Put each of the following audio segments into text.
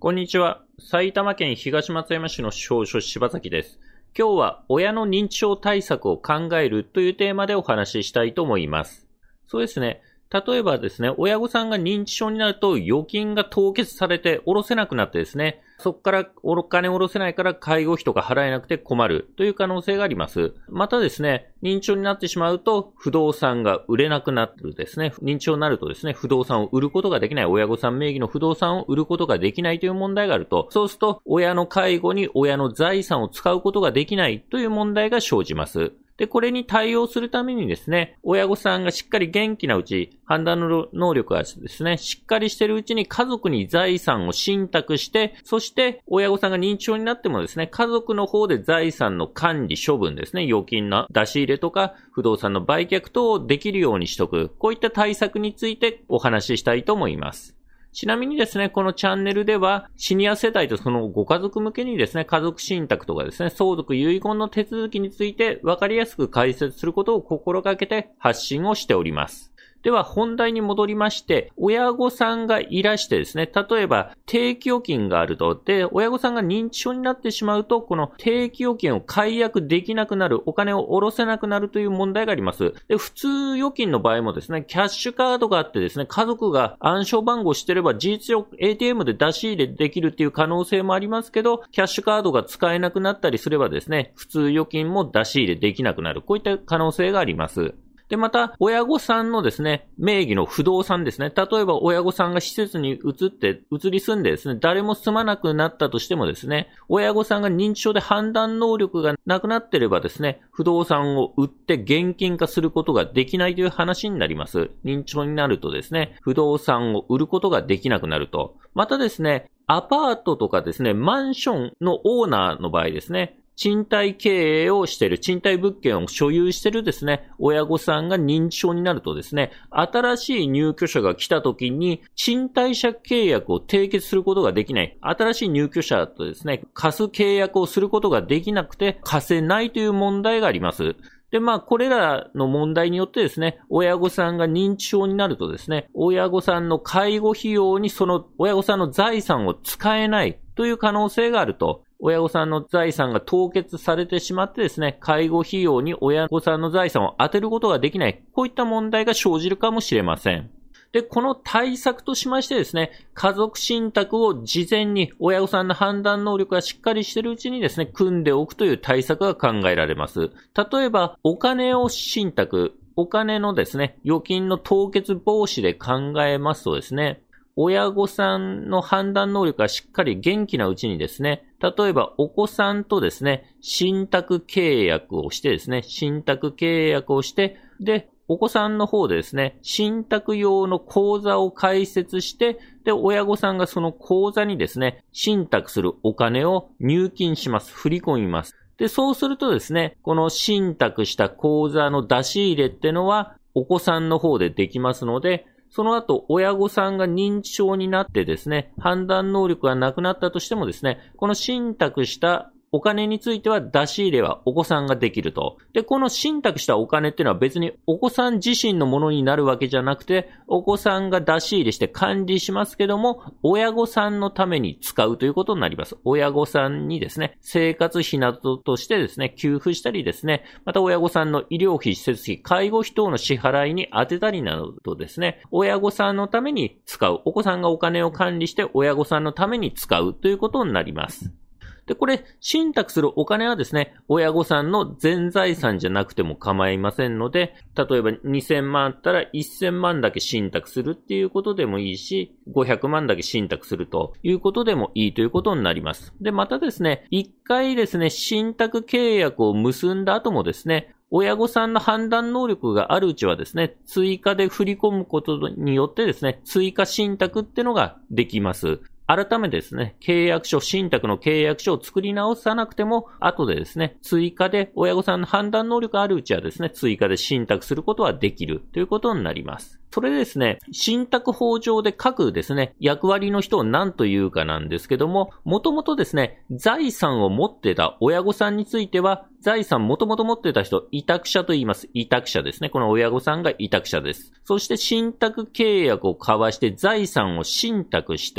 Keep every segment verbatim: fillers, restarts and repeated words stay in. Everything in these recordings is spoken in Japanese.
こんにちは。埼玉県東松山市の司書柴崎です。今日は親の認知症対策を考えるというテーマでお話ししたいと思います。そうですね。例えばですね、親御さんが認知症になると預金が凍結されて下ろせなくなってですね、そこからお金を下ろせないから介護費とか払えなくて困るという可能性があります。またですね、認知症になってしまうと不動産が売れなくなるですね、認知症になるとですね、不動産を売ることができない、親御さん名義の不動産を売ることができないという問題があると、そうすると親の介護に親の財産を使うことができないという問題が生じます。で、これに対応するためにですね、親御さんがしっかり元気なうち、判断の能力がですね、しっかりしているうちに家族に財産を信託して、そして親御さんが認知症になってもですね、家族の方で財産の管理処分ですね、預金の出し入れとか、不動産の売却等をできるようにしとく、こういった対策についてお話ししたいと思います。ちなみにですね、このチャンネルでは、シニア世代とそのご家族向けにですね、家族信託とかですね、相続遺言の手続きについて分かりやすく解説することを心がけて発信をしております。では本題に戻りまして、親御さんがいらしてですね、例えば定期預金があると、で、親御さんが認知症になってしまうと、この定期預金を解約できなくなる、お金を下ろせなくなるという問題があります。で、普通預金の場合もですね、キャッシュカードがあってですね、家族が暗証番号を知ってれば事実上 エーティーエム で出し入れできるっていう可能性もありますけど、キャッシュカードが使えなくなったりすればですね、普通預金も出し入れできなくなる、こういった可能性があります。で、また、親御さんのですね、名義の不動産ですね。例えば、親御さんが施設に移って、移り住んでですね、誰も住まなくなったとしてもですね、親御さんが認知症で判断能力がなくなっていればですね、不動産を売って現金化することができないという話になります。認知症になるとですね、不動産を売ることができなくなると。またですね、アパートとかですね、マンションのオーナーの場合ですね、賃貸経営をしている、賃貸物件を所有しているですね、親御さんが認知症になるとですね、新しい入居者が来た時に、賃貸借契約を締結することができない。新しい入居者とですね、貸す契約をすることができなくて、貸せないという問題があります。で、まあ、これらの問題によってですね、親御さんが認知症になるとですね、親御さんの介護費用にその親御さんの財産を使えないという可能性があると。親御さんの財産が凍結されてしまってですね、介護費用に親御さんの財産を当てることができない、こういった問題が生じるかもしれません。で、この対策としましてですね、家族信託を事前に親御さんの判断能力がしっかりしているうちにですね、組んでおくという対策が考えられます。例えば、お金を信託、お金のですね、預金の凍結防止で考えますとですね、親御さんの判断能力がしっかり元気なうちにですね、例えばお子さんとですね、信託契約をしてですね、信託契約をして、で、お子さんの方でですね、信託用の口座を開設して、で、親御さんがその口座にですね、信託するお金を入金します。振り込みます。で、そうするとですね、この信託した口座の出し入れってのは、お子さんの方でできますので、その後、親御さんが認知症になってですね、判断能力がなくなったとしてもですね、この信託したお金については出し入れはお子さんができると。で、この信託したお金っていうのは別にお子さん自身のものになるわけじゃなくて、お子さんが出し入れして管理しますけども、親御さんのために使うということになります。親御さんにですね、生活費などとしてですね、給付したりですね、また親御さんの医療費、施設費、介護費等の支払いに充てたりなどとですね、親御さんのために使う。お子さんがお金を管理して親御さんのために使うということになります。で、これ、信託するお金はですね、親御さんの全財産じゃなくても構いませんので、例えばにせんまんあったらせんまんだけ信託するっていうことでもいいし、ごひゃくまんだけ信託するということでもいいということになります。で、またですね、一回ですね、信託契約を結んだ後もですね、親御さんの判断能力があるうちはですね、追加で振り込むことによってですね、追加信託ってのができます。改めてですね、契約書、信託の契約書を作り直さなくても、後でですね、追加で親御さんの判断能力があるうちはですね、追加で信託することはできるということになります。それでですね、信託法上で各ですね、役割の人を何というかなんですけども、もともとですね、財産を持ってた親御さんについては、財産もともと持ってた人、委託者と言います。委託者ですね。この親御さんが委託者です。そして信託契約を交わして財産を信託して、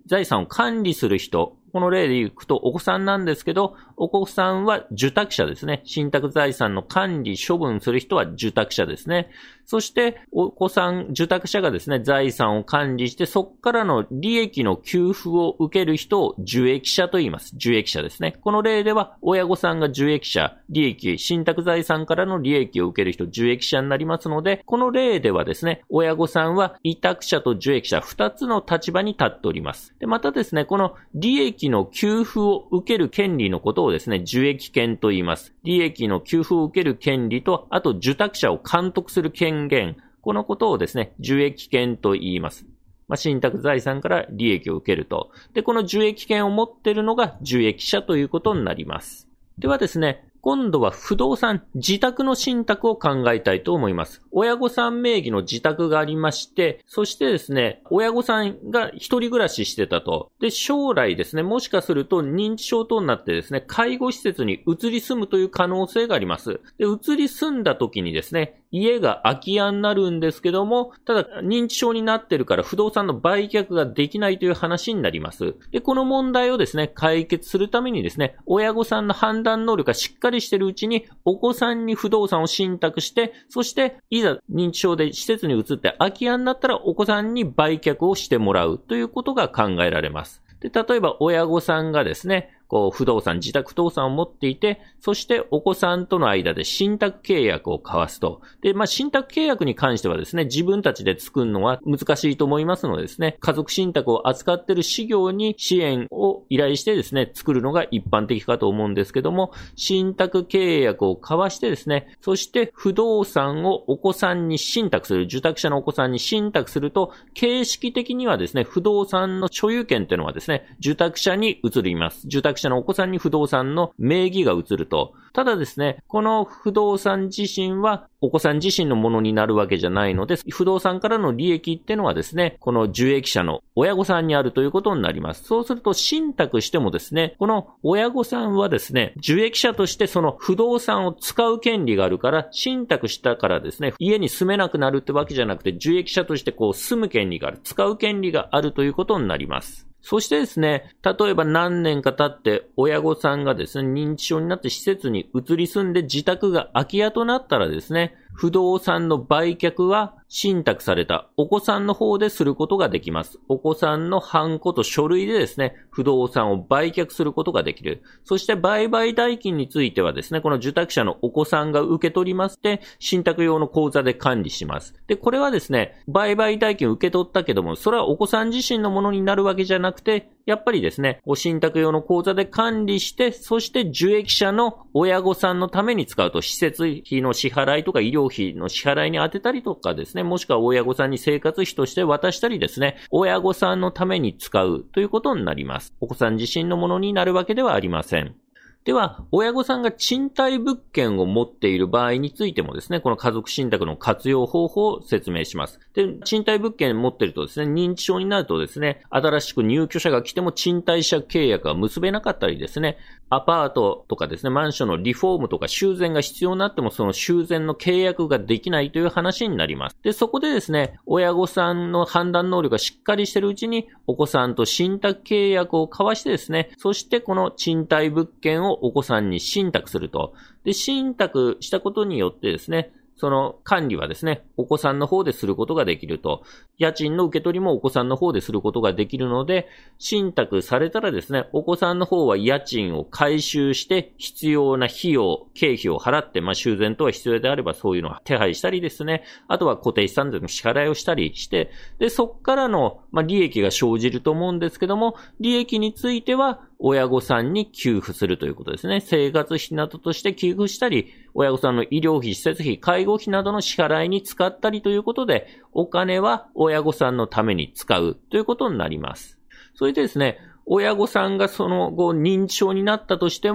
財産を管理する人、この例でいくとお子さんなんですけど、お子さんは受託者ですね。信託財産の管理、処分する人は受託者ですね。そしてお子さん、受託者がですね、財産を管理して、そこからの利益の給付を受ける人を受益者と言います。受益者ですね。この例では親御さんが受益者、利益、信託財産からの利益を受ける人、受益者になりますので、この例ではですね、親御さんは委託者と受益者ふたつの立場に立っております。で、またですね、この利益の給付を受ける権利のことをですね、受益権と言います。利益の給付を受ける権利と、あと受託者を監督する権限、このことをですね、受益権と言います。まあ、信託財産から利益を受けると。で、この受益権を持っているのが受益者ということになります。ではですね、今度は不動産、自宅の信託を考えたいと思います。親御さん名義の自宅がありまして、そしてですね、親御さんが一人暮らししてたと。で、将来ですね、もしかすると認知症等になってですね、介護施設に移り住むという可能性があります。で、移り住んだ時にですね、家が空き家になるんですけども、ただ認知症になってるから不動産の売却ができないという話になります。で、この問題をですね、解決するためにですね、親御さんの判断能力がしっかりしているうちに、お子さんに不動産を信託して、そしていざ認知症で施設に移って空き家になったらお子さんに売却をしてもらうということが考えられます。で、例えば親御さんがですね、こう不動産、自宅不動産を持っていて、そしてお子さんとの間で信託契約を交わすと。で、まあ、信託契約に関してはですね、自分たちで作るのは難しいと思いますのでですね、家族信託を扱っている事業に支援を依頼してですね、作るのが一般的かと思うんですけども、信託契約を交わしてですね、そして不動産をお子さんに信託する、受託者のお子さんに信託すると、形式的にはですね、不動産の所有権というのはですね、受託者に移ります。受託者のお子さんに不動産の名義が移ると。ただですね、この不動産自身はお子さん自身のものになるわけじゃないので、不動産からの利益っていうのはですね、この受益者の親御さんにあるということになります。そうすると信託してもですね、この親御さんはですね、受益者としてその不動産を使う権利があるから、信託したからですね、家に住めなくなるってわけじゃなくて、受益者としてこう住む権利がある、使う権利があるということになります。そしてですね、例えば何年か経って親御さんがですね、認知症になって施設に移り住んで自宅が空き家となったらですね、不動産の売却は信託されたお子さんの方ですることができます。お子さんのハンコと書類でですね、不動産を売却することができる。そして売買代金についてはですね、この受託者のお子さんが受け取りまして、信託用の口座で管理します。で、これはですね、売買代金を受け取ったけども、それはお子さん自身のものになるわけじゃなくて、やっぱりですね、信託用の口座で管理して、そして受益者の親御さんのために使うと、施設費の支払いとか医療費の支払いに充てたりとかですね、もしくは親御さんに生活費として渡したりですね、親御さんのために使うということになります。お子さん自身のものになるわけではありません。では、親御さんが賃貸物件を持っている場合についてもですね、この家族信託の活用方法を説明します。で、賃貸物件持っているとですね、認知症になるとですね、新しく入居者が来ても賃貸借契約が結べなかったりですね、アパートとかですね、マンションのリフォームとか修繕が必要になってもその修繕の契約ができないという話になります。で、そこでですね、親御さんの判断能力がしっかりしているうちに、お子さんと信託契約を交わしてですね、そしてこの賃貸物件をお子さんに信託すると。で、信託したことによってですね、その管理はですね、お子さんの方ですることができると。家賃の受け取りもお子さんの方ですることができるので、信託されたらですね、お子さんの方は家賃を回収して必要な費用、経費を払って、まあ修繕等は必要であればそういうのを手配したりですね、あとは固定資産税の支払いをしたりして、で、そこからの、まあ、利益が生じると思うんですけども、利益については親御さんに給付するということですね。生活費などとして給付したり、親御さんの医療費、施設費、介護費などの支払いに使ったりということで、お金は親御さんのために使うということになります。それでですね、親御さんがその後認知症になったとしても、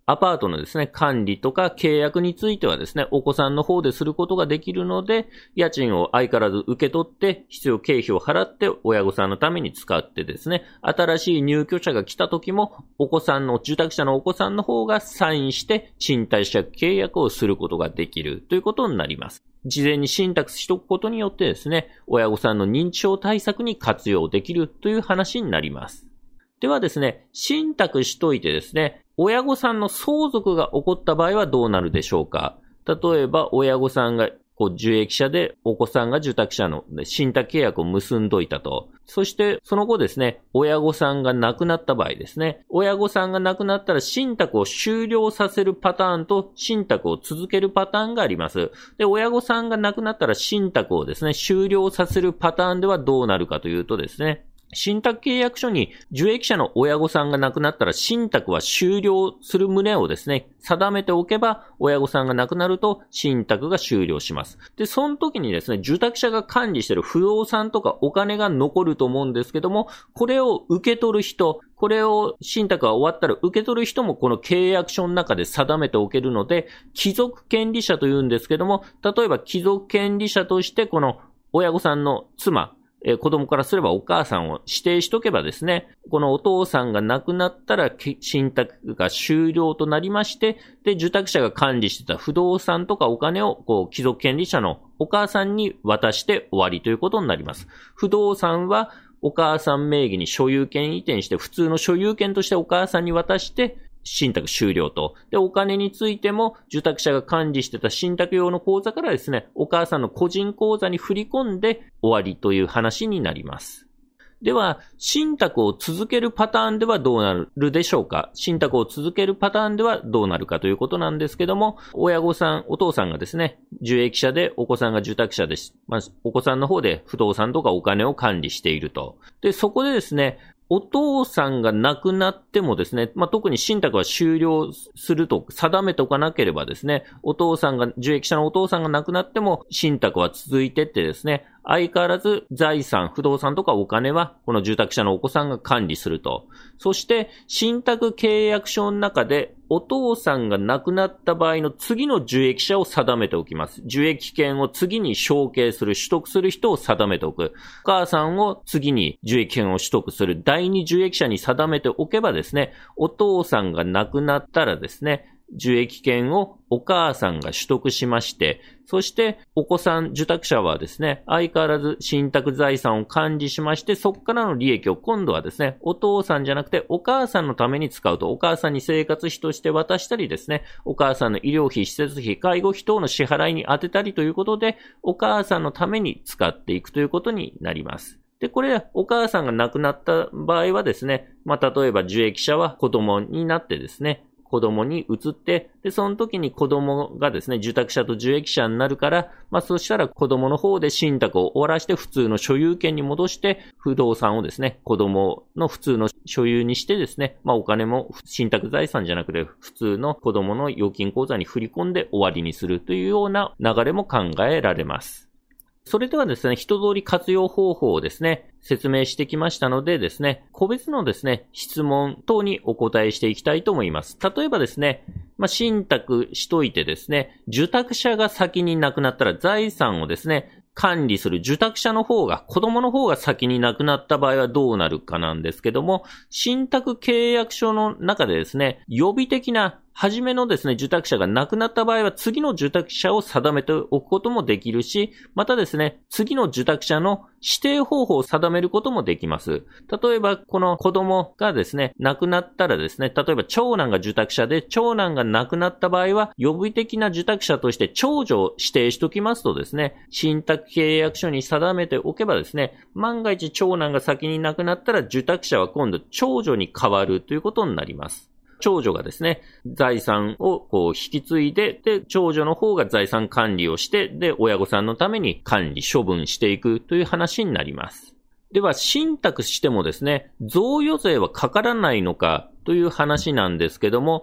アパートのですね、管理とか契約についてはですね、お子さんの方ですることができるので、家賃を相変わらず受け取って、必要経費を払って親御さんのために使ってですね、新しい入居者が来た時も、お子さんの、住宅者のお子さんの方がサインして賃貸借契約をすることができるということになります。事前に信託しとくことによってですね、親御さんの認知症対策に活用できるという話になります。ではですね、信託しといてですね、親御さんの相続が起こった場合はどうなるでしょうか。例えば、親御さんがこう受益者で、お子さんが受託者の信託契約を結んどいたと。そして、その後ですね、親御さんが亡くなった場合ですね、親御さんが亡くなったら信託を終了させるパターンと信託を続けるパターンがあります。で、親御さんが亡くなったら信託をですね、終了させるパターンではどうなるかというとですね、信託契約書に受益者の親御さんが亡くなったら信託は終了する旨をですね、定めておけば、親御さんが亡くなると信託が終了します。で、その時にですね、受託者が管理している不動産とかお金が残ると思うんですけども、これを受け取る人、これを信託が終わったら受け取る人もこの契約書の中で定めておけるので、帰属権利者というんですけども、例えば帰属権利者としてこの親御さんの妻、えー、子供からすればお母さんを指定しとけばですね、このお父さんが亡くなったら信託が終了となりまして、で、受託者が管理してた不動産とかお金をこう帰属権利者のお母さんに渡して終わりということになります。不動産はお母さん名義に所有権移転して普通の所有権としてお母さんに渡して信託終了と。で、お金についても受託者が管理してた信託用の口座からですね、お母さんの個人口座に振り込んで終わりという話になります。では、信託を続けるパターンではどうなるでしょうか。信託を続けるパターンではどうなるかということなんですけども、親御さん、お父さんがですね、受益者でお子さんが受託者です。まあ、お子さんの方で不動産とかお金を管理していると。で、そこでですね、お父さんが亡くなってもですね、まあ、特に信託は終了すると定めておかなければですね、お父さんが、受益者のお父さんが亡くなっても信託は続いてってですね、相変わらず財産、不動産とかお金はこの受託者のお子さんが管理すると。そして信託契約書の中でお父さんが亡くなった場合の次の受益者を定めておきます。受益権を次に承継する、取得する人を定めておく。お母さんを次に受益権を取得する第二受益者に定めておけばですね、お父さんが亡くなったらですね、受益権をお母さんが取得しまして、そしてお子さん、受託者はですね、相変わらず信託財産を管理しまして、そこからの利益を今度はですね、お父さんじゃなくてお母さんのために使うと、お母さんに生活費として渡したりですね、お母さんの医療費、施設費、介護費等の支払いに充てたりということで、お母さんのために使っていくということになります。で、これ、お母さんが亡くなった場合はですね、まあ、例えば受益者は子供になってですね、子供に移って、で、その時に子供がですね、受託者と受益者になるから、まあ、そしたら子供の方で信託を終わらして普通の所有権に戻して、不動産をですね、子供の普通の所有にしてですね、まあ、お金も信託財産じゃなくて、普通の子供の預金口座に振り込んで終わりにするというような流れも考えられます。それではですね、一通り活用方法をですね、説明してきましたのでですね、個別のですね、質問等にお答えしていきたいと思います。例えばですね、まあ、信託しといてですね、受託者が先に亡くなったら財産をですね、管理する受託者の方が、子供の方が先に亡くなった場合はどうなるかなんですけども、信託契約書の中でですね、予備的な初めのですね、受託者が亡くなった場合は次の受託者を定めておくこともできるし、またですね、次の受託者の指定方法を定めることもできます。例えば、この子供がですね、亡くなったらですね、例えば長男が受託者で、長男が亡くなった場合は、予備的な受託者として長女を指定しておきますとですね、信託契約書に定めておけばですね、万が一長男が先に亡くなったら受託者は今度長女に変わるということになります。長女がですね、財産をこう引き継いで、で、長女の方が財産管理をして、で、親御さんのために管理、処分していくという話になります。では、信託してもですね、贈与税はかからないのかという話なんですけども、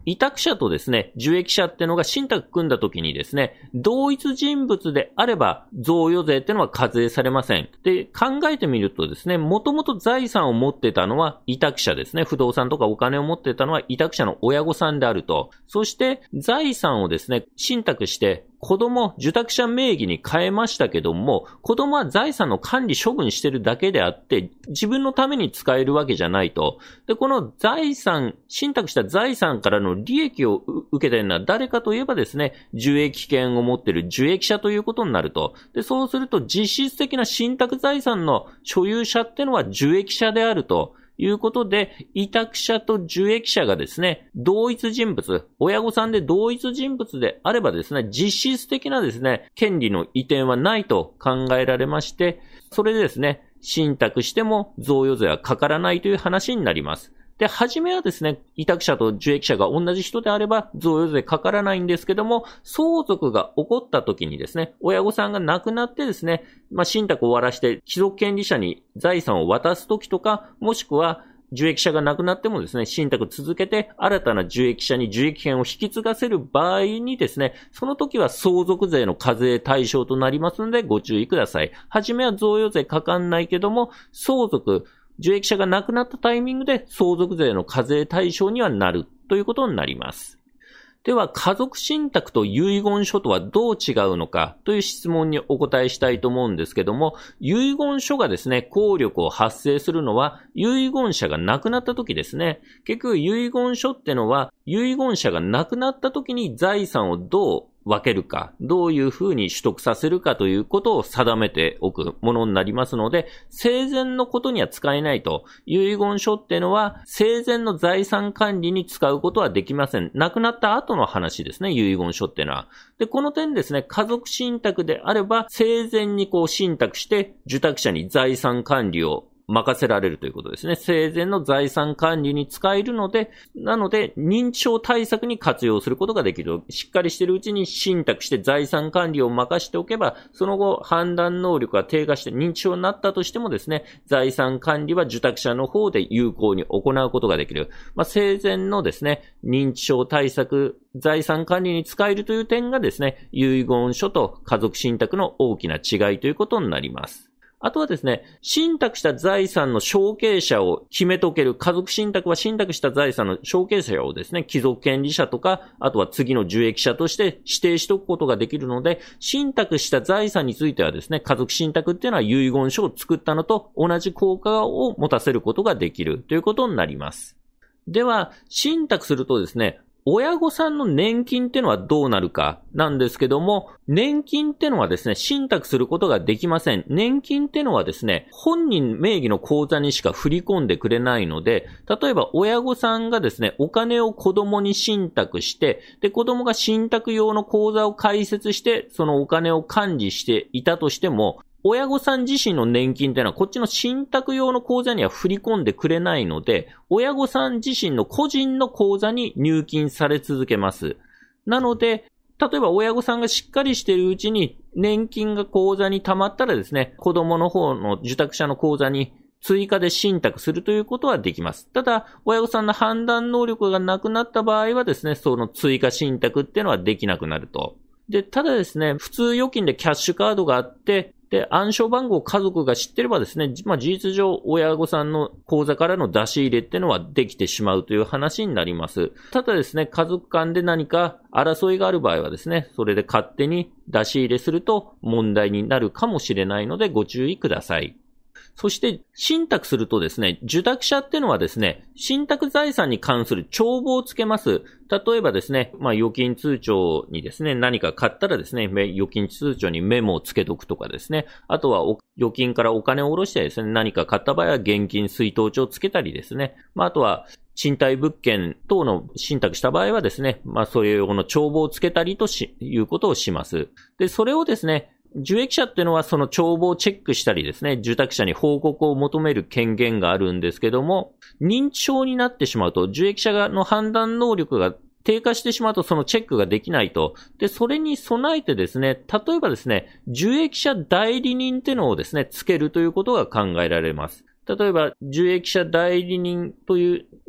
委託者とですね、受益者ってのが信託組んだ時にですね、同一人物であれば贈与税ってのは課税されません。で、考えてみるとですね、もともと財産を持ってたのは委託者ですね。不動産とかお金を持ってたのは委託者の親御さんであると。そして財産をですね、信託して子供、受託者名義に変えましたけども、子供は財産の管理処分してるだけであって、自分のために使えるわけじゃないと。で、この財産、信託した財産からの利益を受けているのは誰かといえばですね、受益権を持っている受益者ということになると。で、そうすると実質的な信託財産の所有者ってのは受益者であると。いうことで、委託者と受益者がですね、同一人物、親御さんで同一人物であればですね、実質的なですね、権利の移転はないと考えられまして、それでですね、信託しても贈与税はかからないという話になります。で、はじめはですね、委託者と受益者が同じ人であれば贈与税かからないんですけども、相続が起こった時にですね、親御さんが亡くなってですね、まあ、信託を終わらして帰属権利者に財産を渡す時とか、もしくは受益者が亡くなってもですね、信託続けて新たな受益者に受益権を引き継がせる場合にですね、その時は相続税の課税対象となりますのでご注意ください。はじめは贈与税かかんないけども、相続、受益者が亡くなったタイミングで相続税の課税対象にはなるということになります。では、家族信託と遺言書とはどう違うのかという質問にお答えしたいと思うんですけども、遺言書がですね、効力を発生するのは遺言者が亡くなった時ですね。結局、遺言書ってのは遺言者が亡くなった時に財産をどう分けるか、どういうふうに取得させるかということを定めておくものになりますので、生前のことには使えないと。遺言書っていうのは生前の財産管理に使うことはできません。亡くなった後の話ですね、遺言書っていうのは。で、この点ですね、家族信託であれば生前にこう信託して受託者に財産管理を任せられるということですね。生前の財産管理に使えるので、なので認知症対策に活用することができる。しっかりしているうちに信託して財産管理を任しておけば、その後判断能力が低下して認知症になったとしてもですね、財産管理は受託者の方で有効に行うことができる。まあ、生前のですね、認知症対策、財産管理に使えるという点がですね、遺言書と家族信託の大きな違いということになります。あとはですね、信託した財産の承継者を決めとける。家族信託は信託した財産の承継者をですね、帰属権利者とか、あとは次の受益者として指定しておくことができるので、信託した財産についてはですね、家族信託っていうのは遺言書を作ったのと同じ効果を持たせることができるということになります。では、信託するとですね、親御さんの年金ってのはどうなるかなんですけども、年金ってのはですね、信託することができません。年金ってのはですね、本人名義の口座にしか振り込んでくれないので、例えば親御さんがですね、お金を子供に信託して、で、子供が信託用の口座を開設して、そのお金を管理していたとしても、親御さん自身の年金っていうのはこっちの信託用の口座には振り込んでくれないので、親御さん自身の個人の口座に入金され続けます。なので、例えば親御さんがしっかりしているうちに年金が口座に溜まったらですね、子供の方の受託者の口座に追加で信託するということはできます。ただ、親御さんの判断能力がなくなった場合はですね、その追加信託っていうのはできなくなると。で、ただですね、普通預金でキャッシュカードがあって、で、暗証番号を家族が知ってればですね、まあ事実上親御さんの口座からの出し入れっていうのはできてしまうという話になります。ただですね、家族間で何か争いがある場合はですね、それで勝手に出し入れすると問題になるかもしれないのでご注意ください。そして、信託するとですね、受託者ってのはですね、信託財産に関する帳簿をつけます。例えばですね、まあ預金通帳にですね、何か買ったらですね、預金通帳にメモをつけとくとかですね、あとは預金からお金を下ろしてですね、何か買った場合は現金出納帳をつけたりですね、まああとは、賃貸物件等の信託した場合はですね、まあそういう用の帳簿をつけたりとし、いうことをします。で、それをですね、受益者っていうのはその帳簿をチェックしたりですね、受託者に報告を求める権限があるんですけども、認知症になってしまうと、受益者の判断能力が低下してしまうとそのチェックができないと。で、それに備えてですね、例えばですね、受益者代理人っていうのをですね、つけるということが考えられます。例えば、受益者代理人という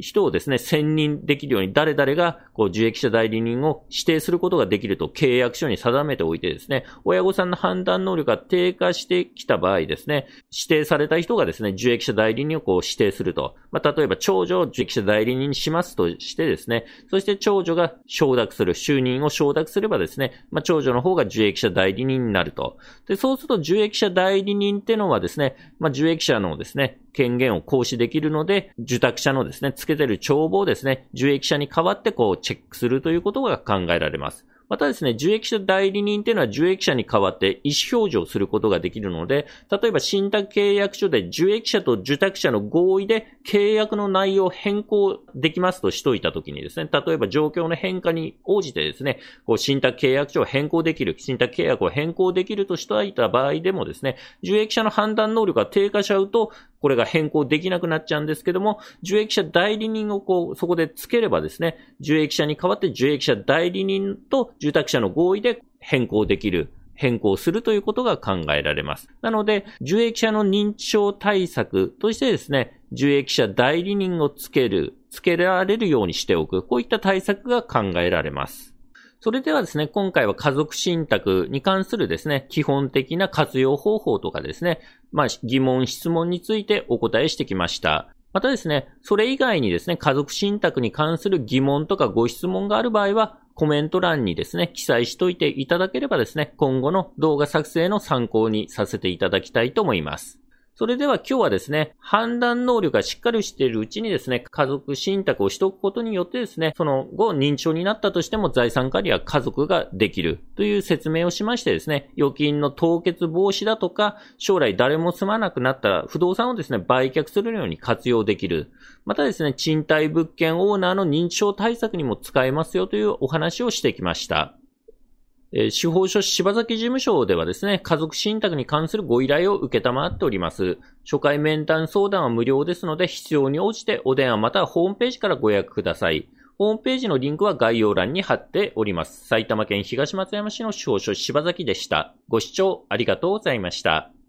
人をですね、選任できるように誰々がこう受益者代理人を指定することができると契約書に定めておいてですね、親御さんの判断能力が低下してきた場合ですね、指定された人がですね、受益者代理人をこう指定すると。まあ、例えば長女を受益者代理人にしますとしてですね、そして長女が承諾する、就任を承諾すればですね、まあ、長女の方が受益者代理人になると。で、そうすると受益者代理人ってのはですね、まあ、受益者のですね、権限を行使できるので、受託者のですね、つけてる帳簿をですね、受益者に代わってこうチェックするということが考えられます。またですね、受益者代理人っていうのは受益者に代わって意思表示をすることができるので、例えば信託契約書で受益者と受託者の合意で契約の内容を変更できますとしといたときにですね、例えば状況の変化に応じてですね、こう信託契約書を変更できる、信託契約を変更できるとしといた場合でもですね、受益者の判断能力が低下しちゃうと、これが変更できなくなっちゃうんですけども、受益者代理人をこう、そこでつければですね、受益者に代わって受益者代理人と受託者の合意で変更できる、変更するということが考えられます。なので、受益者の認知症対策としてですね、受益者代理人をつける、つけられるようにしておく、こういった対策が考えられます。それではですね、今回は家族信託に関するですね、基本的な活用方法とかですね、まあ疑問、質問についてお答えしてきました。またですね、それ以外にですね、家族信託に関する疑問とかご質問がある場合は、コメント欄にですね、記載しといていただければですね、今後の動画作成の参考にさせていただきたいと思います。それでは今日はですね、判断能力がしっかりしているうちにですね、家族信託をしておくことによってですね、その後認知症になったとしても財産管理は家族ができるという説明をしましてですね、預金の凍結防止だとか、将来誰も住まなくなったら不動産をですね、売却するように活用できる。またですね、賃貸物件オーナーの認知症対策にも使えますよというお話をしてきました。えー、司法書士柴崎事務所ではですね、家族信託に関するご依頼を受けたまっております。初回面談相談は無料ですので、必要に応じてお電話またはホームページからご予約ください。ホームページのリンクは概要欄に貼っております。埼玉県東松山市の司法書士柴崎でした。ご視聴ありがとうございました。